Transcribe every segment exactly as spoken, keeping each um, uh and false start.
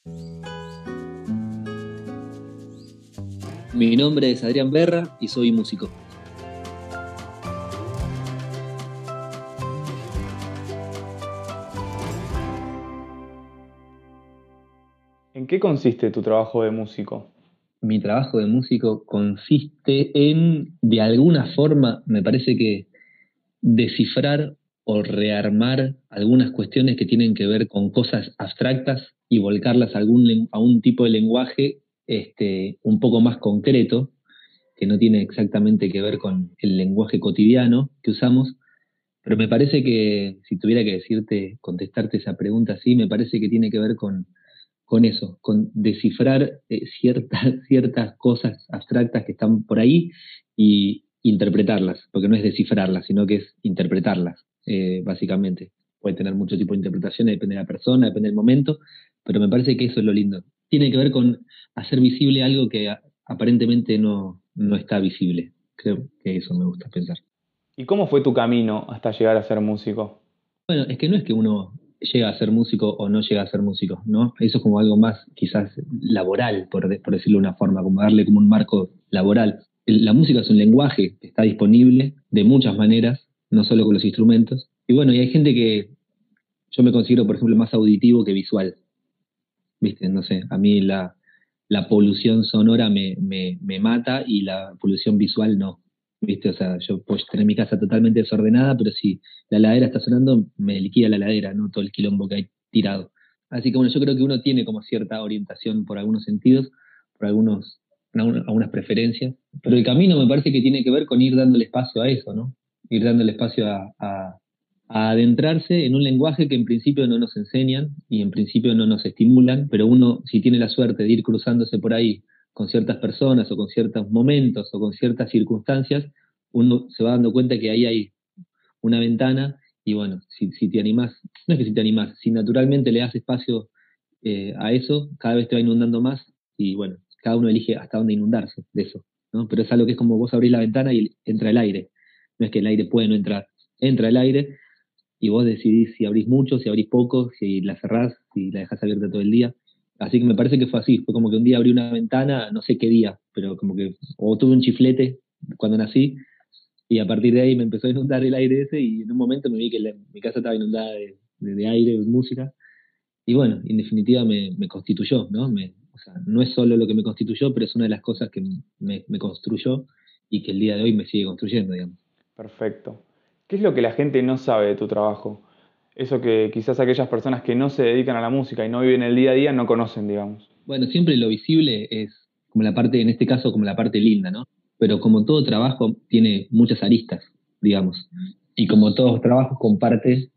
Mi nombre es Adrián Berra y soy músico. ¿En qué consiste tu trabajo de músico? Mi trabajo de músico consiste en, de alguna forma, me parece que descifrar o rearmar algunas cuestiones que tienen que ver con cosas abstractas y volcarlas a algún, len- a un tipo de lenguaje este, un poco más concreto, que no tiene exactamente que ver con el lenguaje cotidiano que usamos, pero me parece que, si tuviera que decirte, contestarte esa pregunta así, me parece que tiene que ver con, con eso, con descifrar eh, ciertas, ciertas cosas abstractas que están por ahí y interpretarlas, porque no es descifrarlas, sino que es interpretarlas, eh, básicamente. Puede tener mucho tipo de interpretaciones, depende de la persona, depende del momento, pero me parece que eso es lo lindo. Tiene que ver con hacer visible algo que a- aparentemente no, no está visible. Creo que eso me gusta pensar. ¿Y cómo fue tu camino hasta llegar a ser músico? Bueno, es que no es que uno llega a ser músico o no llega a ser músico, ¿no? Eso es como algo más quizás laboral, por, de- por decirlo de una forma, como darle como un marco laboral. El- la música es un lenguaje que está disponible de muchas maneras, no solo con los instrumentos. Y bueno, y hay gente que yo me considero, por ejemplo, más auditivo que visual, ¿viste? No sé, a mí la, la polución sonora me, me, me mata y la polución visual no. ¿Viste? O sea, yo puedo tener mi casa totalmente desordenada, pero si la heladera está sonando, me liquida la heladera, no todo el quilombo que hay tirado. Así que bueno, yo creo que uno tiene como cierta orientación por algunos sentidos, por algunos, algunas algunas preferencias, pero el camino me parece que tiene que ver con ir dándole espacio a eso, ¿no? Ir dándole espacio a, a a adentrarse en un lenguaje que en principio no nos enseñan y en principio no nos estimulan, pero uno, si tiene la suerte de ir cruzándose por ahí con ciertas personas o con ciertos momentos o con ciertas circunstancias, uno se va dando cuenta que ahí hay una ventana y bueno, si, si te animás, no es que si te animás, si naturalmente le das espacio eh, a eso, cada vez te va inundando más y bueno, cada uno elige hasta dónde inundarse de eso, ¿no? Pero es algo que es como vos abrís la ventana y entra el aire, no es que el aire puede no entrar, entra el aire y vos decidís si abrís mucho, si abrís poco, si la cerrás, si la dejás abierta todo el día. Así que me parece que fue así, fue como que un día abrí una ventana, no sé qué día, pero como que, o tuve un chiflete cuando nací, y a partir de ahí me empezó a inundar el aire ese, y en un momento me vi que la- mi casa estaba inundada de, de, de aire, de música, y bueno, en definitiva me, me constituyó, ¿no? Me, o sea, no es solo lo que me constituyó, pero es una de las cosas que me, me construyó y que el día de hoy me sigue construyendo, digamos. Perfecto. ¿Qué es lo que la gente no sabe de tu trabajo? Eso que quizás aquellas personas que no se dedican a la música y no viven el día a día no conocen, digamos. Bueno, siempre lo visible es como la parte, en este caso, como la parte linda, ¿no? Pero como todo trabajo tiene muchas aristas, digamos. Y como todo trabajo comparte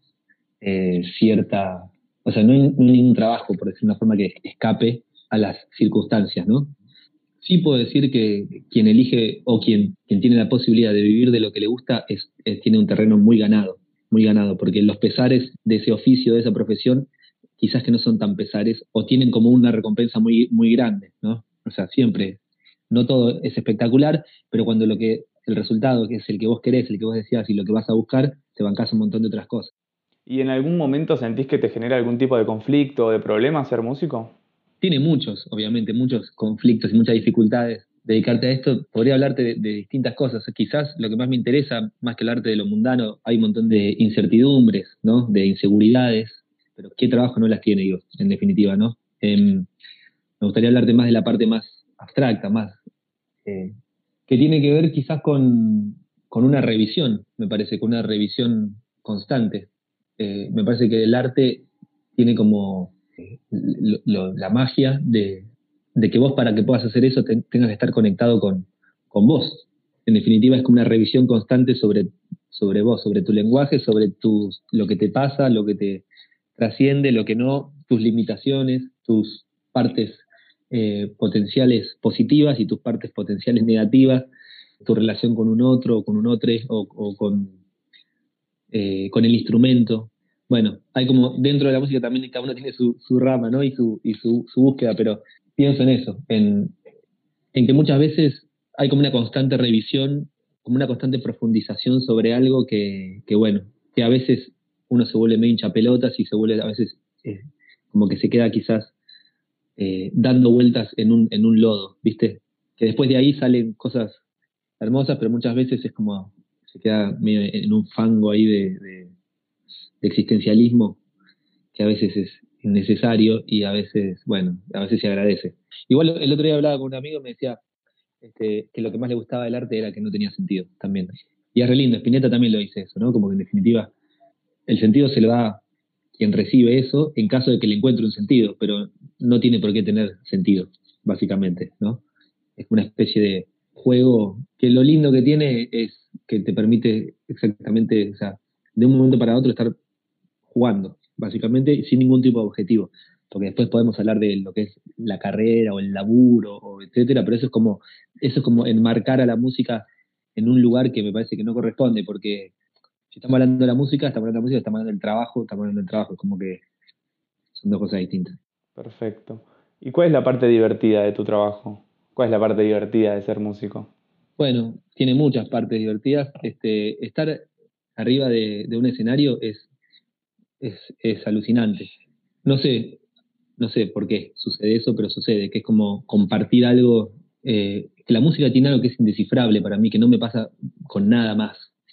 eh, cierta, o sea, no hay, no hay ningún trabajo, por decir una forma, que escape a las circunstancias, ¿no? Sí puedo decir que quien elige o quien, quien tiene la posibilidad de vivir de lo que le gusta es, es- tiene un terreno muy ganado, muy ganado, porque los pesares de ese oficio, de esa profesión, quizás que no son tan pesares o tienen como una recompensa muy, muy grande, ¿no? O sea, siempre, no todo es espectacular, pero cuando lo que, el resultado, que es el que vos querés, el que vos deseas y lo que vas a buscar, te bancás un montón de otras cosas. ¿Y en algún momento sentís que te genera algún tipo de conflicto o de problema ser músico? Tiene muchos, obviamente, muchos conflictos y muchas dificultades. Dedicarte a esto, podría hablarte de, de distintas cosas. Quizás lo que más me interesa, más que hablarte de lo mundano, hay un montón de incertidumbres, ¿no? De inseguridades, pero ¿qué trabajo no las tiene, digo, en definitiva, ¿no? Em, me gustaría hablarte más de la parte más abstracta, más, eh, que tiene que ver quizás con, con una revisión, me parece, con una revisión constante. Eh, me parece que el arte tiene como eh, lo- lo- la magia de, de que vos para que puedas hacer eso te- tengas que estar conectado con, con vos. En definitiva es como una revisión constante sobre, sobre vos, sobre tu lenguaje, sobre tus, lo que te pasa, lo que te trasciende, lo que no, tus limitaciones, tus partes eh, potenciales positivas y tus partes potenciales negativas, tu relación con un otro, o con un otro, o, o con, eh, con el instrumento. Bueno, hay como dentro de la música también cada uno tiene su, su rama, ¿no? Y su, y su, su búsqueda, pero pienso en eso, en, en que muchas veces hay como una constante revisión, como una constante profundización sobre algo que, que bueno, que a veces uno se vuelve medio hincha pelotas y se vuelve a veces eh, como que se queda quizás eh, dando vueltas en un, en un lodo, ¿viste? Que después de ahí salen cosas hermosas, pero muchas veces es como, se queda medio en un fango ahí de, de, de existencialismo, que a veces es innecesario y a veces, bueno, a veces se agradece. Igual el otro día hablaba con un amigo y me decía este, que lo que más le gustaba del arte era que no tenía sentido también. Y es re lindo, Spinetta también lo dice eso, ¿no? Como que en definitiva el sentido se lo da a quien recibe eso en caso de que le encuentre un sentido, pero no tiene por qué tener sentido, básicamente, ¿no? Es una especie de juego que lo lindo que tiene es que te permite exactamente, o sea, de un momento para otro estar jugando, básicamente, sin ningún tipo de objetivo. Porque después podemos hablar de lo que es la carrera o el laburo, o etcétera, pero eso es como, eso es como enmarcar a la música en un lugar que me parece que no corresponde, porque si estamos hablando de la música, estamos hablando de la música, estamos hablando del trabajo, estamos hablando del trabajo, es como que son dos cosas distintas. Perfecto. ¿Y cuál es la parte divertida de tu trabajo? ¿Cuál es la parte divertida de ser músico? Bueno, tiene muchas partes divertidas. Este, estar arriba de, de un escenario es, es, es alucinante. No sé, no sé por qué sucede eso, pero sucede, que es como compartir algo, eh, que la música tiene algo que es indescifrable para mí, que no me pasa con nada más,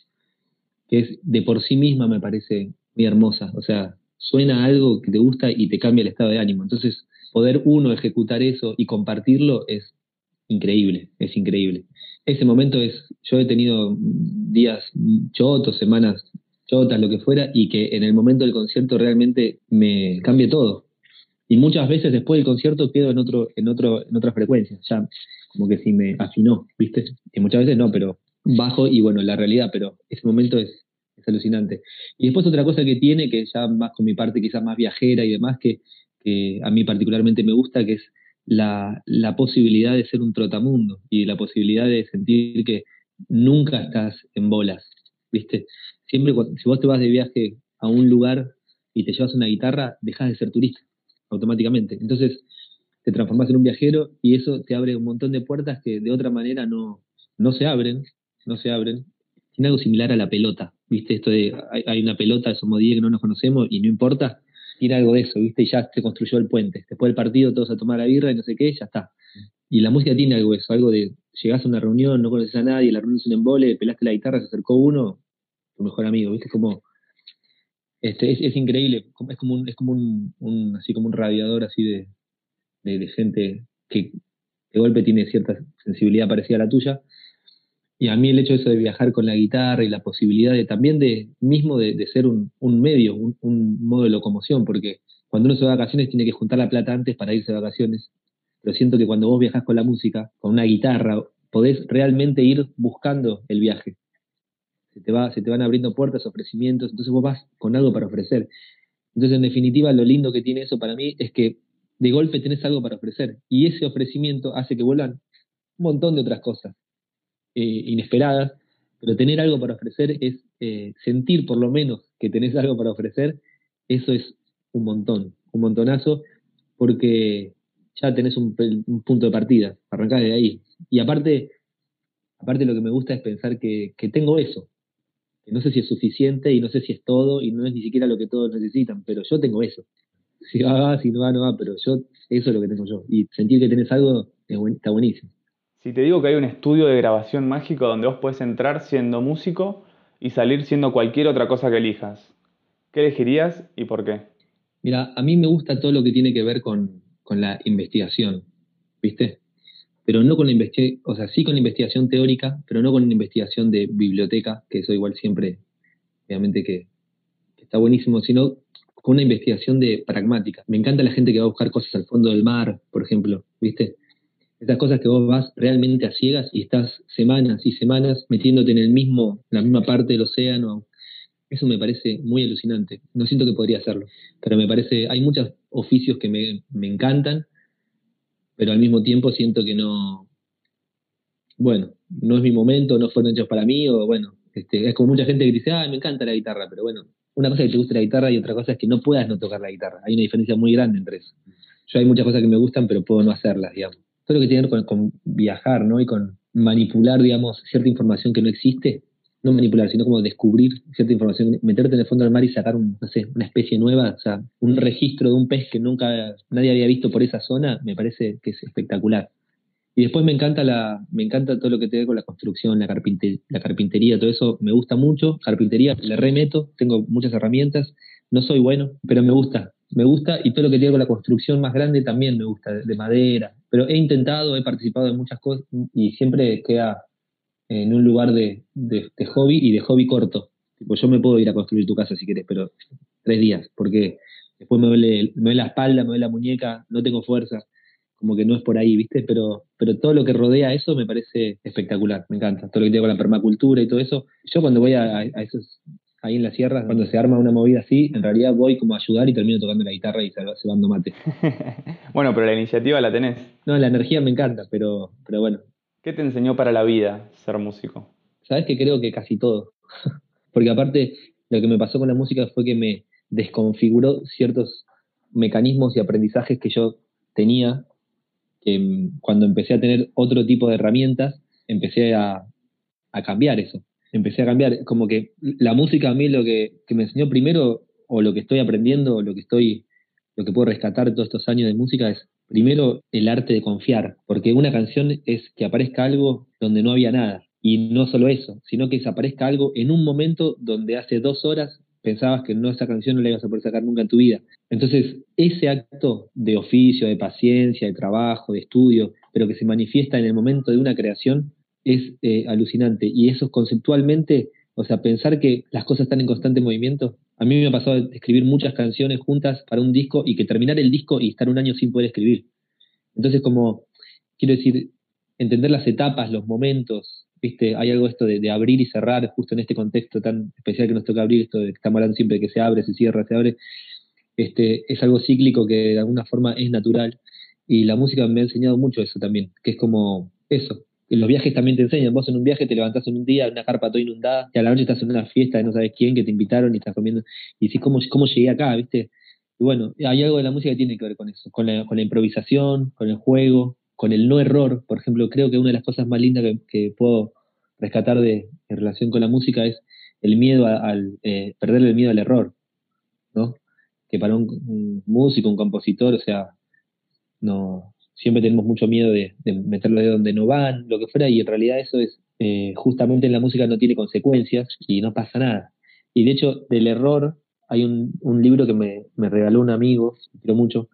que es de por sí misma me parece muy hermosa, o sea, suena algo que te gusta y te cambia el estado de ánimo, entonces poder uno ejecutar eso y compartirlo es increíble, es increíble. Ese momento es, yo he tenido días chotos, semanas chotas, lo que fuera, y que en el momento del concierto realmente me cambie todo, y muchas veces después del concierto quedo en otro, en otro, en otra frecuencia, ya como que si me afinó, ¿viste? Y muchas veces no, pero bajo y bueno, la realidad, pero ese momento es, es alucinante. Y después otra cosa que tiene, que ya más con mi parte quizás más viajera y demás, que, que a mí particularmente me gusta, que es la, la posibilidad de ser un trotamundo y la posibilidad de sentir que nunca estás en bolas, ¿viste? Siempre, cuando- si vos te vas de viaje a un lugar y te llevas una guitarra, dejas de ser turista automáticamente. Entonces te transformas en un viajero y eso te abre un montón de puertas que de otra manera no, no se abren, no se abren. Tiene algo similar a la pelota, ¿viste? Esto de hay, hay una pelota, somos diez que no nos conocemos y no importa, tiene algo de eso, ¿viste? Y ya se construyó el puente. Después del partido todos a tomar la birra y no sé qué, ya está. Y la música tiene algo de eso, algo de llegás a una reunión, no conoces a nadie, la reunión es un embole, pelaste la guitarra, se acercó uno, tu mejor amigo, ¿viste? Como este, es, es increíble, es como un, es como un, un- así como un radiador así de, de, de gente que de golpe tiene cierta sensibilidad parecida a la tuya. Y a mí el hecho de eso de viajar con la guitarra y la posibilidad de también de mismo de, de ser un, un medio, un, un modo de locomoción, porque cuando uno se va de vacaciones tiene que juntar la plata antes para irse de vacaciones. Pero siento que cuando vos viajás con la música, con una guitarra, podés realmente ir buscando el viaje. Se te va, se te van abriendo puertas, ofrecimientos, entonces vos vas con algo para ofrecer. Entonces, en definitiva, lo lindo que tiene eso para mí es que de golpe tenés algo para ofrecer y ese ofrecimiento hace que vuelvan un montón de otras cosas eh, inesperadas, pero tener algo para ofrecer es eh, sentir por lo menos que tenés algo para ofrecer, eso es un montón, un montonazo, porque ya tenés un, un punto de partida, arrancás de ahí. Y aparte, aparte lo que me gusta es pensar que, que tengo eso, que no sé si es suficiente y no sé si es todo y no es ni siquiera lo que todos necesitan, pero yo tengo eso. Si va, va, si no va, no va, pero yo, eso es lo que tengo yo. Y sentir que tenés algo es buen- está buenísimo. Si te digo que hay un estudio de grabación mágico donde vos podés entrar siendo músico y salir siendo cualquier otra cosa que elijas, ¿qué elegirías y por qué? Mira, a mí me gusta todo lo que tiene que ver con, con la investigación, ¿viste? Pero no con la investigación, o sea, sí con la investigación teórica, pero no con la investigación de biblioteca, que eso igual siempre, obviamente que, que está buenísimo, sino con una investigación de pragmática. Me encanta la gente que va a buscar cosas al fondo del mar, por ejemplo, ¿viste? Esas cosas que vos vas realmente a ciegas y estás semanas y semanas metiéndote en el mismo, en la misma parte del océano. Eso me parece muy alucinante. No siento que podría hacerlo, pero me parece, hay muchos oficios que me, me encantan, pero al mismo tiempo siento que no, bueno, no es mi momento, no fueron hechos para mí, o bueno, este, es como mucha gente que dice, ah, me encanta la guitarra, pero bueno, una cosa es que te guste la guitarra y otra cosa es que no puedas no tocar la guitarra. Hay una diferencia muy grande entre eso. Yo hay muchas cosas que me gustan, pero puedo no hacerlas, digamos. Todo lo que tiene que ver con, con viajar, ¿no? Y con manipular, digamos, cierta información que no existe, no manipular, sino como descubrir cierta información, meterte en el fondo del mar y sacar un, no sé, una especie nueva, o sea, un registro de un pez que nunca nadie había visto por esa zona, me parece que es espectacular. Y después me encanta la, me encanta todo lo que tiene que ver con la construcción, la, carpinte, la carpintería, todo eso me gusta mucho. Carpintería le remeto, tengo muchas herramientas, no soy bueno, pero me gusta, me gusta, y todo lo que tiene que ver con la construcción más grande también me gusta, de, de madera. Pero he intentado, he participado en muchas cosas y siempre queda en un lugar de, de, de hobby y de hobby corto. Tipo, yo me puedo ir a construir tu casa si querés, pero tres días, porque después me duele, me duele la espalda, me duele la muñeca, no tengo fuerza, como que no es por ahí, ¿viste? Pero, pero todo lo que rodea eso me parece espectacular, me encanta. Todo lo que tiene con la permacultura y todo eso. Yo cuando voy a, a esos, ahí en la sierra, cuando se arma una movida así, en realidad voy como a ayudar y termino tocando la guitarra y cebando mate. Bueno, pero la iniciativa la tenés. No, la energía me encanta, pero, pero bueno. ¿Qué te enseñó para la vida ser músico? Sabes que creo que casi todo. Porque aparte, lo que me pasó con la música fue que me desconfiguró ciertos mecanismos y aprendizajes que yo tenía, que cuando empecé a tener otro tipo de herramientas, empecé a, a cambiar eso. Empecé a cambiar, como que la música a mí lo que, que me enseñó primero, o lo que estoy aprendiendo, o lo que estoy, lo que puedo rescatar de todos estos años de música es, primero, el arte de confiar, porque una canción es que aparezca algo donde no había nada. Y no solo eso, sino que desaparezca algo en un momento donde hace dos horas pensabas que no, esa canción no la ibas a poder sacar nunca en tu vida. Entonces, ese acto de oficio, de paciencia, de trabajo, de estudio, pero que se manifiesta en el momento de una creación, es eh, alucinante. Y eso conceptualmente, o sea, pensar que las cosas están en constante movimiento. A mí me ha pasado de escribir muchas canciones juntas para un disco y que terminar el disco y estar un año sin poder escribir. Entonces, como, quiero decir, entender las etapas, los momentos, ¿viste? Hay algo esto de, de abrir y cerrar, justo en este contexto tan especial que nos toca abrir, esto de que estamos hablando siempre de que se abre, se cierra, se abre, este, es algo cíclico que de alguna forma es natural. Y la música me ha enseñado mucho eso también, que es como eso. En los viajes también te enseñan, vos en un viaje te levantás en un día, en una carpa toda inundada, y a la noche estás en una fiesta de no sabes quién, que te invitaron y estás comiendo, y decís, ¿cómo, cómo llegué acá? ¿Viste? Y bueno, hay algo de la música que tiene que ver con eso, con la, con la improvisación, con el juego, con el no error. Por ejemplo, creo que una de las cosas más lindas que, que puedo rescatar de, en relación con la música es el miedo a, al, eh, perderle el miedo al error, ¿no? Que para un, un músico, un compositor, o sea, no, siempre tenemos mucho miedo de, de meterlo de donde no van, lo que fuera, y en realidad eso es, eh, justamente en la música no tiene consecuencias y no pasa nada. Y de hecho, del error, hay un, un libro que me, me regaló un amigo, que quiero mucho,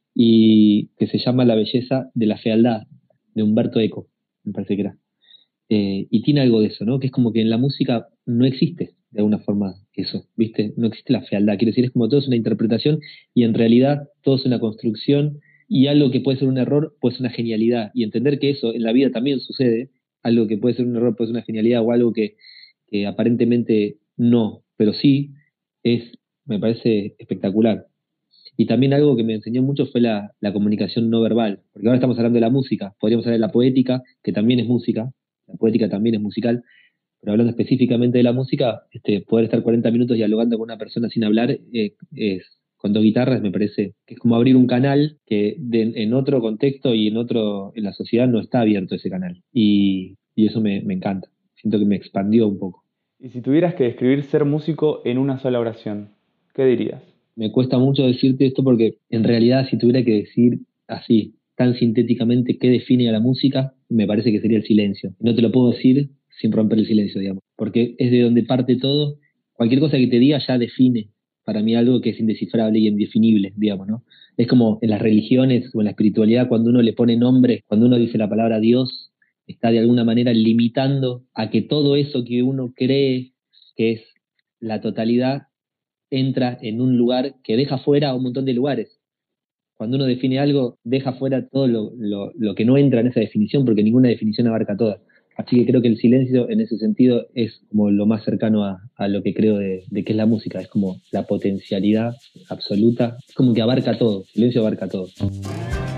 y que se llama La belleza de la fealdad, de Humberto Eco, me parece que era. Eh, y tiene algo de eso, ¿no? Que es como que en la música no existe de alguna forma eso, ¿viste? No existe la fealdad, quiero decir, es como todo es una interpretación y en realidad todo es una construcción, y algo que puede ser un error puede ser una genialidad, y entender que eso en la vida también sucede, algo que puede ser un error puede ser una genialidad, o algo que, que aparentemente no, pero sí, es, me parece espectacular. Y también algo que me enseñó mucho fue la, la comunicación no verbal, porque ahora estamos hablando de la música, podríamos hablar de la poética, que también es música, la poética también es musical, pero hablando específicamente de la música, este, poder estar cuarenta minutos dialogando con una persona sin hablar, eh, es, con dos guitarras, me parece que es como abrir un canal que de, en otro contexto y en otro, en la sociedad no está abierto ese canal. Y, y eso me, me encanta, siento que me expandió un poco. Y si tuvieras que describir ser músico en una sola oración, ¿qué dirías? Me cuesta mucho decirte esto porque en realidad si tuviera que decir así, tan sintéticamente qué define a la música, me parece que sería el silencio. No te lo puedo decir sin romper el silencio, digamos, porque es de donde parte todo. Cualquier cosa que te diga ya define para mí algo que es indescifrable y indefinible, digamos, ¿no? Es como en las religiones o en la espiritualidad, cuando uno le pone nombre, cuando uno dice la palabra Dios, está de alguna manera limitando a que todo eso que uno cree que es la totalidad entra en un lugar que deja fuera a un montón de lugares. Cuando uno define algo, deja fuera todo lo, lo, lo que no entra en esa definición, porque ninguna definición abarca todas. Así que creo que el silencio en ese sentido es como lo más cercano a, a lo que creo de, de qué es la música. Es como la potencialidad absoluta, es como que abarca todo, el silencio abarca todo.